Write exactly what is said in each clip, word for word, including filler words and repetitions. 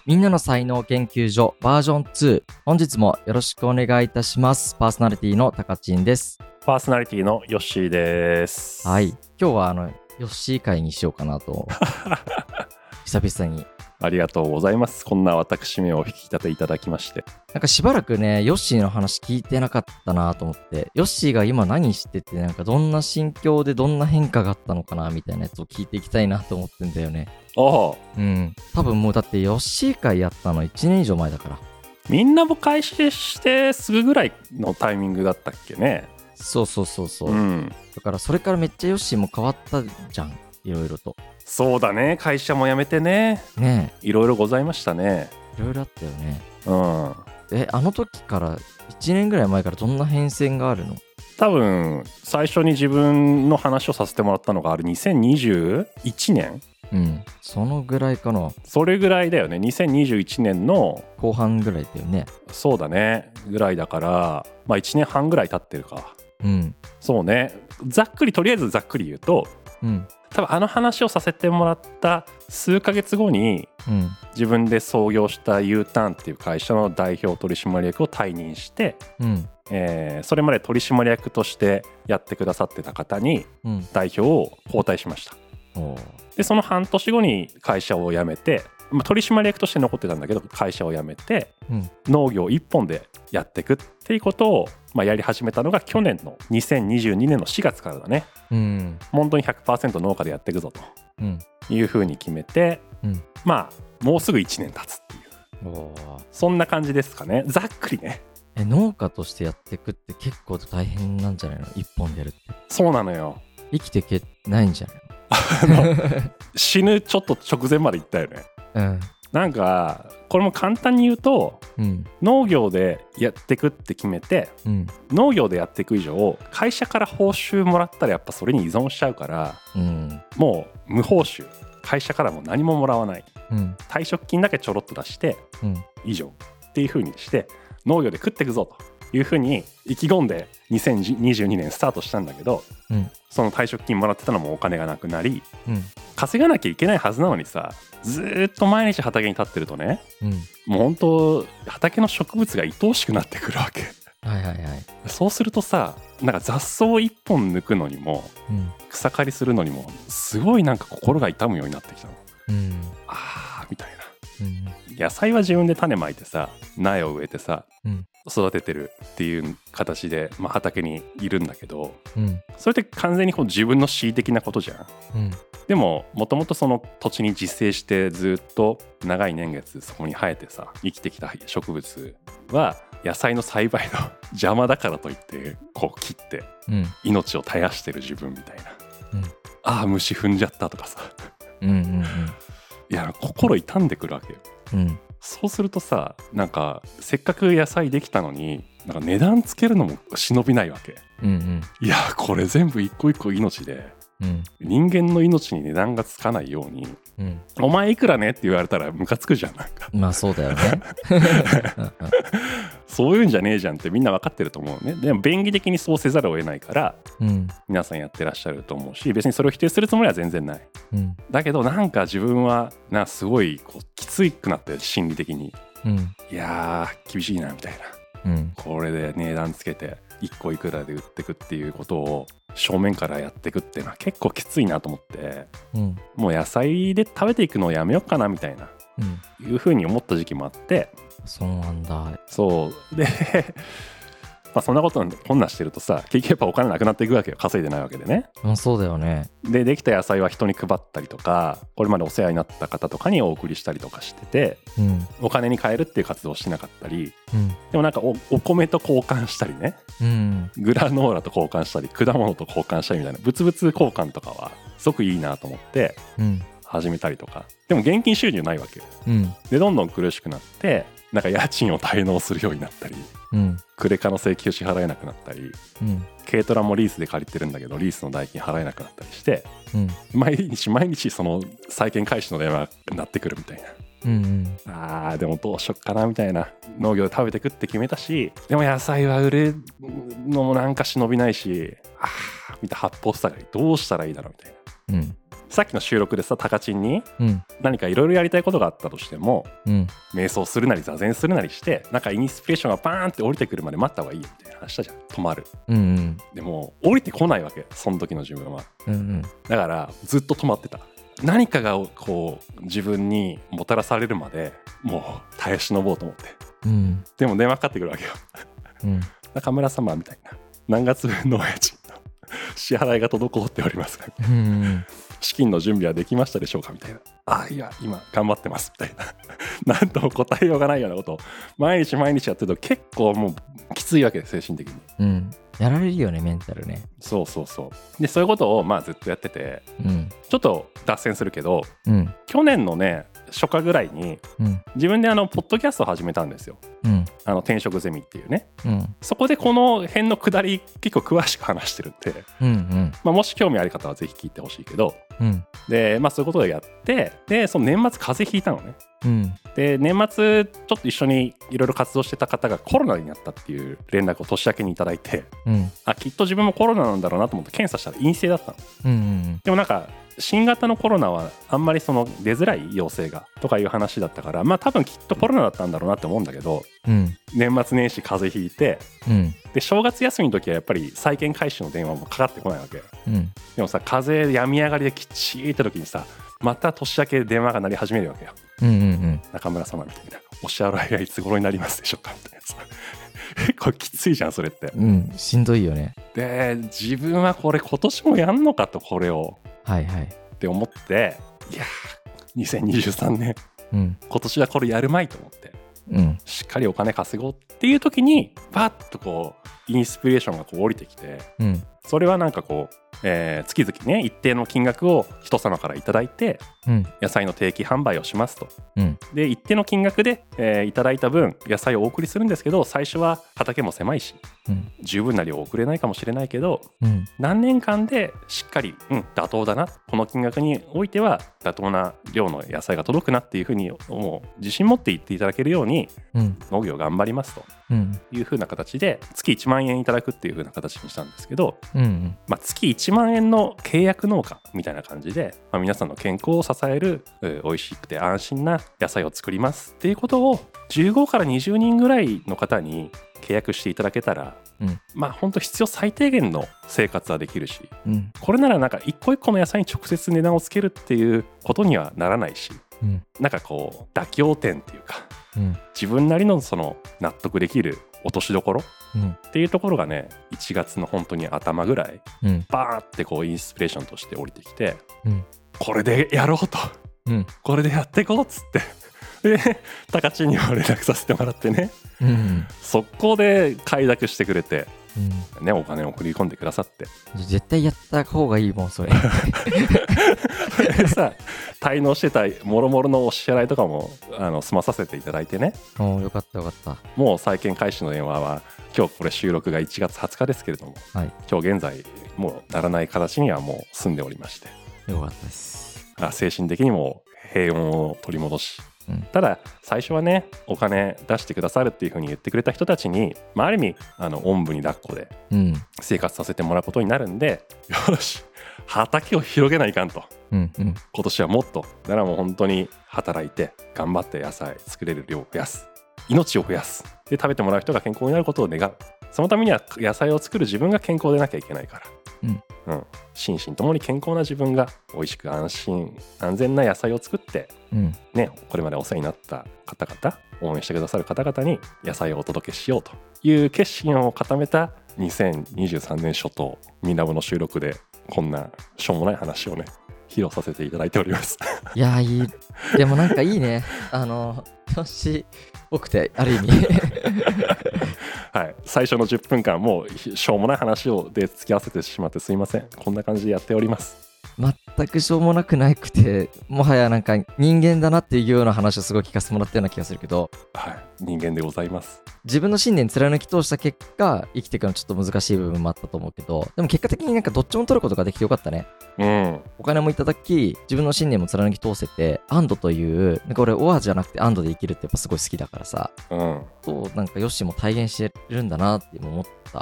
みんなの才能研究所バージョンツー。本日もよろしくお願いいたします。パーソナリティのたかちんです。 パーソナリティのヨッシーです。 はい。今日はあのヨッシー会にしようかなと久々に。 ありがとうございます。こんな私めをお引き立ていただきまして。 なんかしばらくね、ヨッシーの話聞いてなかったなと思って、ヨッシーが今何してて、なんかどんな心境でどんな変化があったのかなみたいなやつを聞いていきたいなと思ってんだよね。 ああ。 うん。多分もうだってヨッシー会やったのいちねん以上前だから。 みんなも開始してすぐぐらいのタイミングだったっけね。 そうそうそうそう。 うん。 だからそれからめっちゃヨッシーも変わったじゃん。いろいろと。 そうだね。会社も辞めてね。 ねえ。いろいろございましたね。 いろいろあったよね。 うん。 え、あの時からいちねんぐらい前からどんな変遷があるの？ 多分最初に自分の話をさせてもらったのがあれにせんにじゅういちねん。 うん、そのぐらいかな。 それぐらいだよね。にせんにじゅういちねんの後半ぐらいだよね。 そうだねぐらいだから、まあいちねんはんぐらい経ってるか。 うん。 そうね。ざっくりとりあえずざっくり言うと、 うん、 多分あの話をさせてもらった数ヶ月後に、うん、自分で創業した U ターンっていう会社の代表取締役を退任して、うんえー、それまで取締役としてやってくださってた方に代表を交代しました。うん、でその半年後に会社を辞めて、まあ、取締役として残ってたんだけど会社を辞めて、うん、農業一本でやっていくっていうことを、まあ、やり始めたのが去年のにせんにじゅうにねんのしがつからだね。うん、本当に ひゃくパーセント 農家でやっていくぞというふうに決めて、うん、まあもうすぐいちねん経つっていう、そんな感じですかね。ざっくりね。 え農家としてやっていくって結構大変なんじゃないの？一本でやるって。 そうなのよ。 生きていけないんじゃないの？ 死ぬちょっと直前まで行ったよね。うん、なんかこれも簡単に言うと、うん、農業でやっていくって決めて、うん、農業でやっていく以上会社から報酬もらったらやっぱそれに依存しちゃうから、うん、もう無報酬、会社からも何ももらわない、うん、退職金だけちょろっと出して、うん、以上っていう風にして農業で食っていくぞという風に意気込んでにせんにじゅうにねんスタートしたんだけど、うん、その退職金もらってたのもお金がなくなり、うん、稼がなきゃいけないはずなのにさ、ずーっと毎日畑に立ってるとね、うん、もう本当畑の植物が愛おしくなってくるわけ。はいはいはい。そうするとさ、なんか雑草一本抜くのにも、うん、草刈りするのにもすごいなんか心が痛むようになってきたの。うん、あーみたいな、うん。野菜は自分で種まいてさ、苗を植えてさ、うん、育ててるっていう形で、まあ、畑にいるんだけど、うん、それって完全にこう自分の恣意的なことじゃん。うん、でももともとその土地に自生してずっと長い年月そこに生えてさ生きてきた植物は野菜の栽培の邪魔だからといってこう切って命を絶やしてる自分みたいな、うん、ああ虫踏んじゃったとかさ、うんうんうん、いや心痛んでくるわけよ。うん、そうするとさ、なんかせっかく野菜できたのになんか値段つけるのも忍びないわけ。うんうん、いやこれ全部一個一個命で、うん、人間の命に値段がつかないように、うん、お前いくらねって言われたらムカつくじゃん。なんかまあそうだよねそういうんじゃねえじゃんってみんな分かってると思うね。でも便宜的にそうせざるを得ないから、うん、皆さんやってらっしゃると思うし、別にそれを否定するつもりは全然ない、うん、だけどなんか自分はなんかすごいこうきつくなって心理的に、うん、いやー厳しいなみたいな、うん、これで値段つけていっこいくらで売ってくっていうことを正面からやっていくっていうのは結構きついなと思って、うん、もう野菜で食べていくのをやめようかなみたいな、うん、いうふうに思った時期もあって。 そうなんだ。 そうでまあそんなことこんなしてるとさ、結局やっぱお金なくなっていくわけよ。稼いでないわけでね。 あ、そうだよね。でできた野菜は人に配ったりとか、これまでお世話になった方とかにお送りしたりとかしてて、うん、お金に換えるっていう活動をしなかったり、うん、でもなんか お, お米と交換したりね、うん、グラノーラと交換したり果物と交換したりみたいな物々交換とかはすごくいいなと思って、うん始めたりとか。でも現金収入ないわけよ、うん、でどんどん苦しくなってなんか家賃を滞納するようになったり、うん、クレカの請求支払えなくなったり、うん、軽トラもリースで借りてるんだけどリースの代金払えなくなったりして、うん、毎日毎日その債権開始の電話が鳴ってくるみたいな、うんうん、あーでもどうしよっかなみたいな。農業で食べてくって決めたし、でも野菜は売るのもなんか忍びないし、あーみたいな八方塞がりどうしたらいいだろうみたいな、うんさっきの収録でさタカチンに何かいろいろやりたいことがあったとしても、うん、瞑想するなり座禅するなりしてなんかインスピレーションがバーンって降りてくるまで待った方がいいみたいな話したじゃん。止まる、うんうん、でも降りてこないわけその時の自分は、うんうん、だからずっと止まってた。何かがこう自分にもたらされるまでもう耐え忍ぼうと思って、うん、でも電話かかってくるわけよ、うん、中村様みたいな何月分のお家賃の支払いが滞っておりますが、うん、資金の準備はできましたでしょうかみたいな。あいや今頑張ってますみたいななんとも答えようがないようなことを毎日毎日やってると結構もうきついわけです精神的に、うん、 やられるよねメンタルね。 そうそうそうでそういうことをまあずっとやってて、うん、ちょっと脱線するけど、うん、去年のね初夏ぐらいに、うん、自分であのポッドキャストを始めたんですよ、うん、あの転職ゼミっていうね、うん、そこでこの辺の下り結構詳しく話してるんで、うんうんまあ、もし興味ある方はぜひ聞いてほしいけど、うん、でまあそういうことをやってでその年末風邪ひいたのね、うん、で年末ちょっと一緒にいろいろ活動してた方がコロナになったっていう連絡を年明けにいただいて、うん、あきっと自分もコロナなんだろうなと思って検査したら陰性だったの、うんうん、でもなんか新型のコロナはあんまりその出づらい陽性がとかいう話だったからまあ多分きっとコロナだったんだろうなって思うんだけど、うん、年末年始風邪ひいて、うん、で正月休みの時はやっぱり再検回収の電話もかかってこないわけ、うん、でもさ風邪病み上がりできっちりって時にさまた年明け電話が鳴り始めるわけよ、うんうんうん、中村様みたいなお支払いはいつ頃になりますでしょうかみたいなさ結構きついじゃんそれって、 うん、しんどいよね。 で自分はこれ今年もやんのかとこれをはいはいって思っていやにせんにじゅうさんねん、うん、今年はこれやるまいと思って、うん、しっかりお金稼ごうっていう時にパッとこうインスピレーションがこう降りてきて、うん、それはなんかこう、えー、月々ね一定の金額を人様からいただいて、うん、野菜の定期販売をしますと、うん、で一定の金額で、えー、いただいた分野菜をお送りするんですけど最初は畑も狭いし、うん、十分な量送れないかもしれないけど、うん、何年間でしっかり、うん、妥当だなこの金額においては妥当な量の野菜が届くなっていうふうにもう自信持って言っていただけるように、うん、農業頑張りますというふうな形で月いちまんえんいただくっていうふうな形にしたんですけど、うんうんまあ、月いちまんえんの契約農家みたいな感じで、まあ、皆さんの健康を支える美味しくて安心な野菜を作りますっていうことをじゅうごからにじゅうにんぐらいの方に契約していただけたら、うん、まあ本当必要最低限の生活はできるし、うん、これならなんか一個一個の野菜に直接値段をつけるっていうことにはならないし、うん、なんかこう妥協点っていうか、うん、自分なりのその納得できる落としどころ、うん、っていうところがねいちがつの本当に頭ぐらい、うん、バーってこうインスピレーションとして降りてきて、うん、これでやろうと、うん、これでやっていこうっつってで高知にも連絡させてもらってね、うん、速攻で快諾してくれて、うんね、お金を振り込んでくださって絶対やった方がいいもんそれでさ滞納してたもろもろのお支払いとかもあの済まさせていただいてね。 およかったよかった。 もう再検開始の電話は今日これ収録がいちがつはつかですけれども、はい、今日現在もうならない形にはもう済んでおりましてよかったです。 あ精神的にも平穏を取り戻し、うん、ただ最初はねお金出してくださるっていう風に言ってくれた人たちに、まあ、ある意味あのおんぶに抱っこで生活させてもらうことになるんで、うん、よし畑を広げないかんと、うんうん、今年はもっとだからもう本当に働いて頑張って野菜作れる量を増やす、命を増やす、で食べてもらう人が健康になることを願う。そのためには野菜を作る自分が健康でなきゃいけないから、うんうん、心身ともに健康な自分が美味しく安心安全な野菜を作って、うんね、これまでお世話になった方々応援してくださる方々に野菜をお届けしようという決心を固めたにせんにじゅうさんねん初頭ミナブの収録でこんなしょうもない話をね披露させていただいておりますいやいいでもなんかいいねあの楽しい多くてある意味はい、最初のじゅっぷんかんもうしょうもない話をで付き合わせてしまってすいません。こんな感じでやっております。 全くしょうもなくなくてもはやなんか人間だなっていうような話をすごい聞かせてもらったような気がするけど、 はい、人間でございます。 自分の信念貫き通した結果生きていくのちょっと難しい部分もあったと思うけど、でも結果的になんかどっちも取ることができてよかったね。うん、お金もいただき自分の信念も貫き通せて安堵というなんか俺オアじゃなくて安堵で生きるってやっぱすごい好きだからさ、うん、そうなんかヨッシーも体現してるんだなって思った。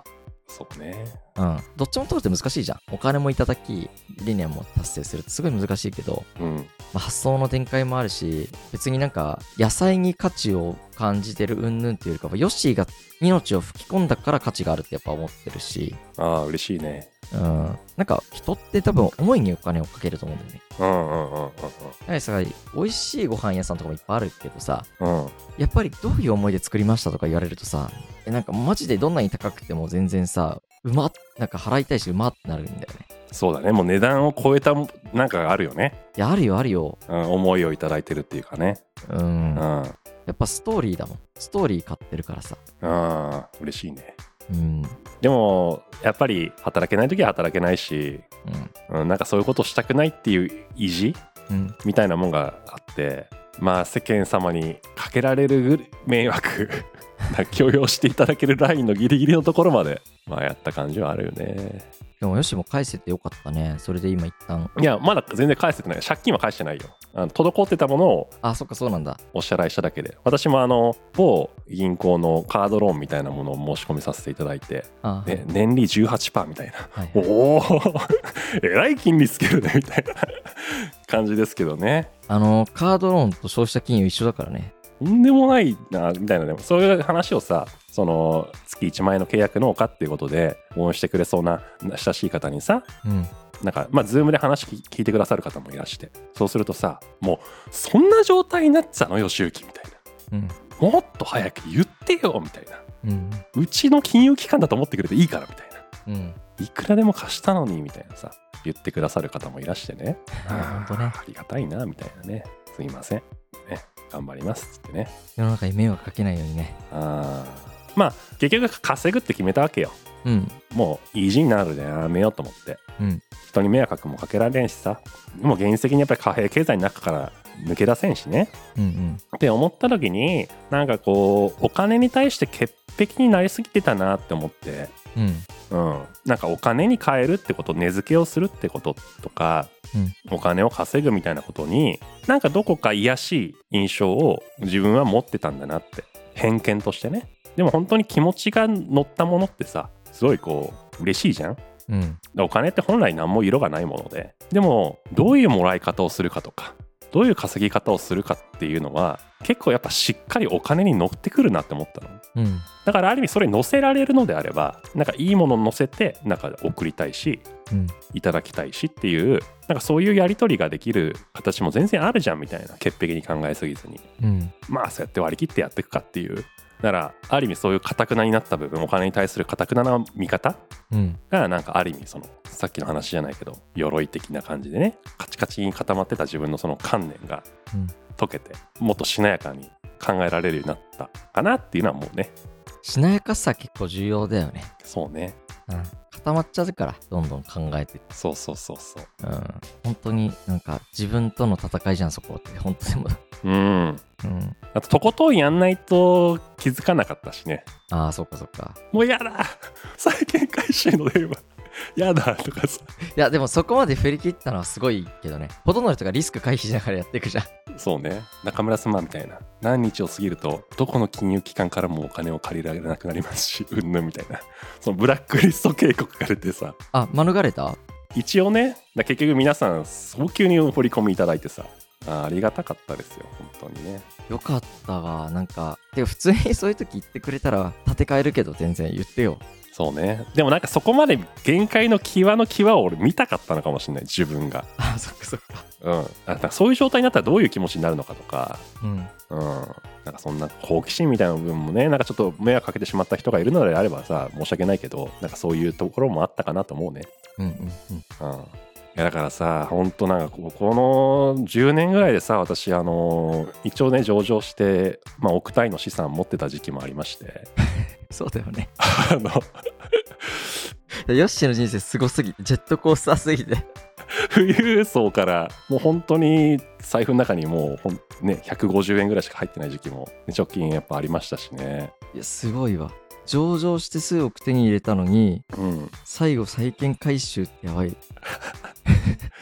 そうね。 うん。どっちも取るって難しいじゃん。お金もいただき、理念も達成するってすごい難しいけど、うん。まあ、発想の展開もあるし、別になんか、野菜に価値を感じてる云々っていうよりかは、ヨッシーが命を吹き込んだから価値があるってやっぱ思ってるし。 ああ、嬉しいね。 うん。なんか、人って多分思いにお金をかけると思うんだよね。うんうんうんうんうん。やはりさ、美味しいご飯屋さんとかもいっぱいあるけどさ、うん。やっぱりどういう思いで作りましたとか言われるとさ、えなんかマジでどんなに高くても全然さ、うまっ、なんか払いたいしうまってなるんだよね。 そうだね。もう値段を超えたなんかがあるよね。 いや、あるよあるよ。 うん、思いをいただいてるっていうかね。うん。 うん。やっぱストーリーだもん。ストーリー買ってるからさ。 ああ、嬉しいね。 うん。 でもやっぱり働けない時は働けないし、うんうん、なんかそういうことしたくないっていう意地、うん、みたいなもんがあって、まあ世間様にかけられる迷惑許容していただけるラインのギリギリのところまで、まあ、やった感じはあるよね。 でもよしも返せてよかったね。それで今一旦。 いやまだ全然返せてない。借金は返してないよ。あの滞ってたものをあそっかそうなんだお支払いしただけで。私もあの某銀行のカードローンみたいなものを申し込みさせていただいて、あで年利 じゅうはちパーセント みたいな、はいはい、おおえらい金利つけるねみたいな感じですけどね。 あのカードローンと消費者金融一緒だからね。 とんでもないなみたいな。でもそういう話をさ、その月いちまん円の契約農家っていうことで応援してくれそうな親しい方にさ、うん、なんかまあズームで話聞いてくださる方もいらして、そうするとさ、もうそんな状態になってたのよしゆきみたいな、うん、もっと早く言ってよみたいな、うん、うちの金融機関だと思ってくれていいからみたいな、うん、いくらでも貸したのにみたいなさ言ってくださる方もいらしてね、 あ, 本当ねありがたいなみたいなね。すいません、ね、頑張りますってね。 世の中に迷惑かけないようにね。 あまあ結局稼ぐって決めたわけよ、うん、もう意地になるでやめようと思って、うん、人に迷惑もかけられんしさ、もう現実的にやっぱり貨幣経済の中から抜け出せんしね、うんうん、って思った時になんかこうお金に対して潔癖になりすぎてたなって思って、うんうん、なんかお金に換えるってこと、値付けをするってこととか、うん、お金を稼ぐみたいなことになんかどこか卑しい印象を自分は持ってたんだなって、偏見としてね。でも本当に気持ちが乗ったものってさ、すごいこう嬉しいじゃん、うん、お金って本来何も色がないもので、でもどういうもらい方をするかとかどういう稼ぎ方をするかっていうのは結構やっぱしっかりお金に乗ってくるなって思ったの、うん、だからある意味それ乗せられるのであればなんかいいものを乗せてなんか送りたいし、うん、いただきたいしっていうなんかそういうやり取りができる形も全然あるじゃんみたいな、潔癖に考えすぎずに、うん、まあそうやって割り切ってやっていくかっていう。だからある意味そういう堅くなになった部分、お金に対する堅くなな見方がなんかある意味そのさっきの話じゃないけど鎧的な感じでね、カチカチに固まってた自分のその観念が解けてもっとしなやかに考えられるようになったかなっていうのはもうね、 しなやかさ結構重要だよね。 そうね、 うん、固まっちゃうからどんどん考えて、 そうそうそうそう、 うん、本当になんか自分との戦いじゃんそこって本当でもうん、うん、あととことんやんないと気づかなかったしね。 ああそっかそっか、 もうやだ債権回収の電話やだとかさ。 いやでもそこまで振り切ったのはすごいけどね。ほとんどの人がリスク回避しながらやっていくじゃん。 そうね、中村様みたいな何日を過ぎるとどこの金融機関からもお金を借りられなくなりますしうんぬんみたいな、そのブラックリスト警告が出てさ、 あ免れた一応ね。だ結局皆さん早急に振り込みいただいてさ、 あ, ありがたかったですよ本当にね。 よかったわ。なんかてか普通にそういう時言ってくれたら立て替えるけど全然言ってよ。 そうね。でもなんかそこまで限界の際の際を俺見たかったのかもしれない、自分が。 あそっかそっか、 うん、だからそういう状態になったらどういう気持ちになるのかとか、うんうん、なんかそんな好奇心みたいな部分もね、なんかちょっと迷惑かけてしまった人がいるのであればさ申し訳ないけど、なんかそういうところもあったかなと思うね。うんうんうん、うん、いやだからさ本当なんかこのじゅうねんぐらいでさ、私あの一応ね上場して、まあ、億単位の資産持ってた時期もありましてそうだよねあのヨッシーの人生すごすぎて、ジェットコースターすぎて富裕層からもう本当に財布の中にもうほん、ね、ひゃくごじゅうえんぐらいしか入ってない時期も直近やっぱありましたしね。 いやすごいわ。上場して数億手に入れたのに、うん、最後債権回収ってやばい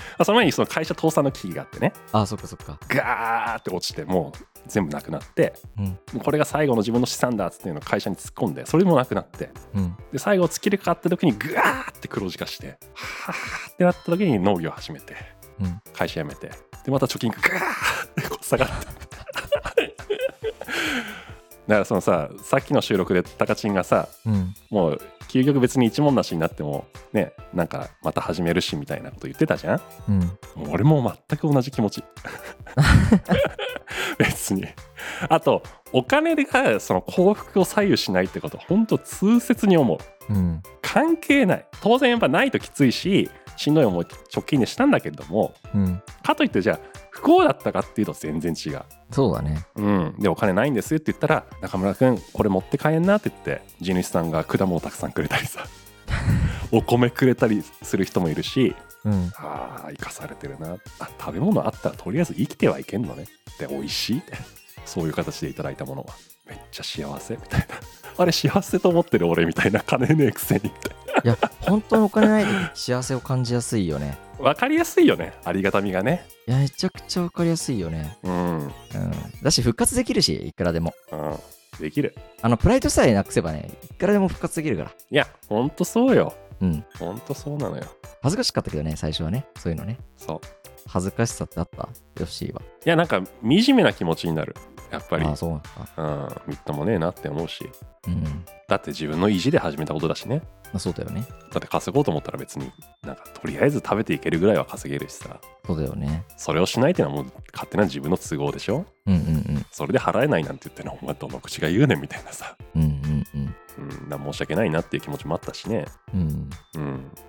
その前にその会社倒産の危機があってね。 ああ、そっかそっか。 ガーって落ちてもう全部なくなって、うん、これが最後の自分の資産だっつっていうのを会社に突っ込んで、それもなくなって、うん、で最後尽きるかって時にグワーって黒字化して、はーってなった時に農業始めて、うん、会社辞めて、でまた貯金がグワーってこう下がってだからそのさ、さっきの収録でタカチンがさ、うん、もう究極別に一文無しになってもね、なんかまた始めるしみたいなこと言ってたじゃん、うん、もう俺も全く同じ気持ち別に。あとお金がその幸福を左右しないってことほんと痛切に思う、うん、関係ない。当然やっぱないときついししんどい思い直近でしたんだけれども、うん、かといってじゃあ不幸だったかっていうと全然違う。 そうだね、 うん、でお金ないんですって言ったら、中村くんこれ持って帰んなって言って地主さんが果物たくさんくれたりさお米くれたりする人もいるし、うん、ああ生かされてるな、あ食べ物あったらとりあえず生きてはいけんのねで美味しいってそういう形でいただいたものはめっちゃ幸せみたいなあれ幸せと思ってる俺みたいな、金ねえくせにみたいな。 いや本当にお金ない時幸せを感じやすいよね。 分かりやすいよね、ありがたみがね。 いやめちゃくちゃ分かりやすいよね。うん、うん、だし復活できるしいくらでも、うん、 できる。 あのプライドさえなくせばねいくらでも復活できるから。 いやほんとそうよ。うん、ほんとそうなのよ。 恥ずかしかったけどね最初はね、そういうのね。 そう恥ずかしさってあったヨッシーは。 いやなんか惨めな気持ちになるやっぱり。 ああそうなんだ。 うん、みっともねえなって思うし、うん、だって自分の意地で始めたことだしね。 まあ、そうだよね。 だって稼ごうと思ったら別になんかとりあえず食べていけるぐらいは稼げるしさ。 そうだよね。それをしないっていうのはもう勝手な自分の都合でしょ。うんうんうん。それで払えないなんて言ってのお前どの口が言うねんみたいなさ。うんうんうん。うん、申し訳ないなっていう気持ちもあったしね。うん、うん、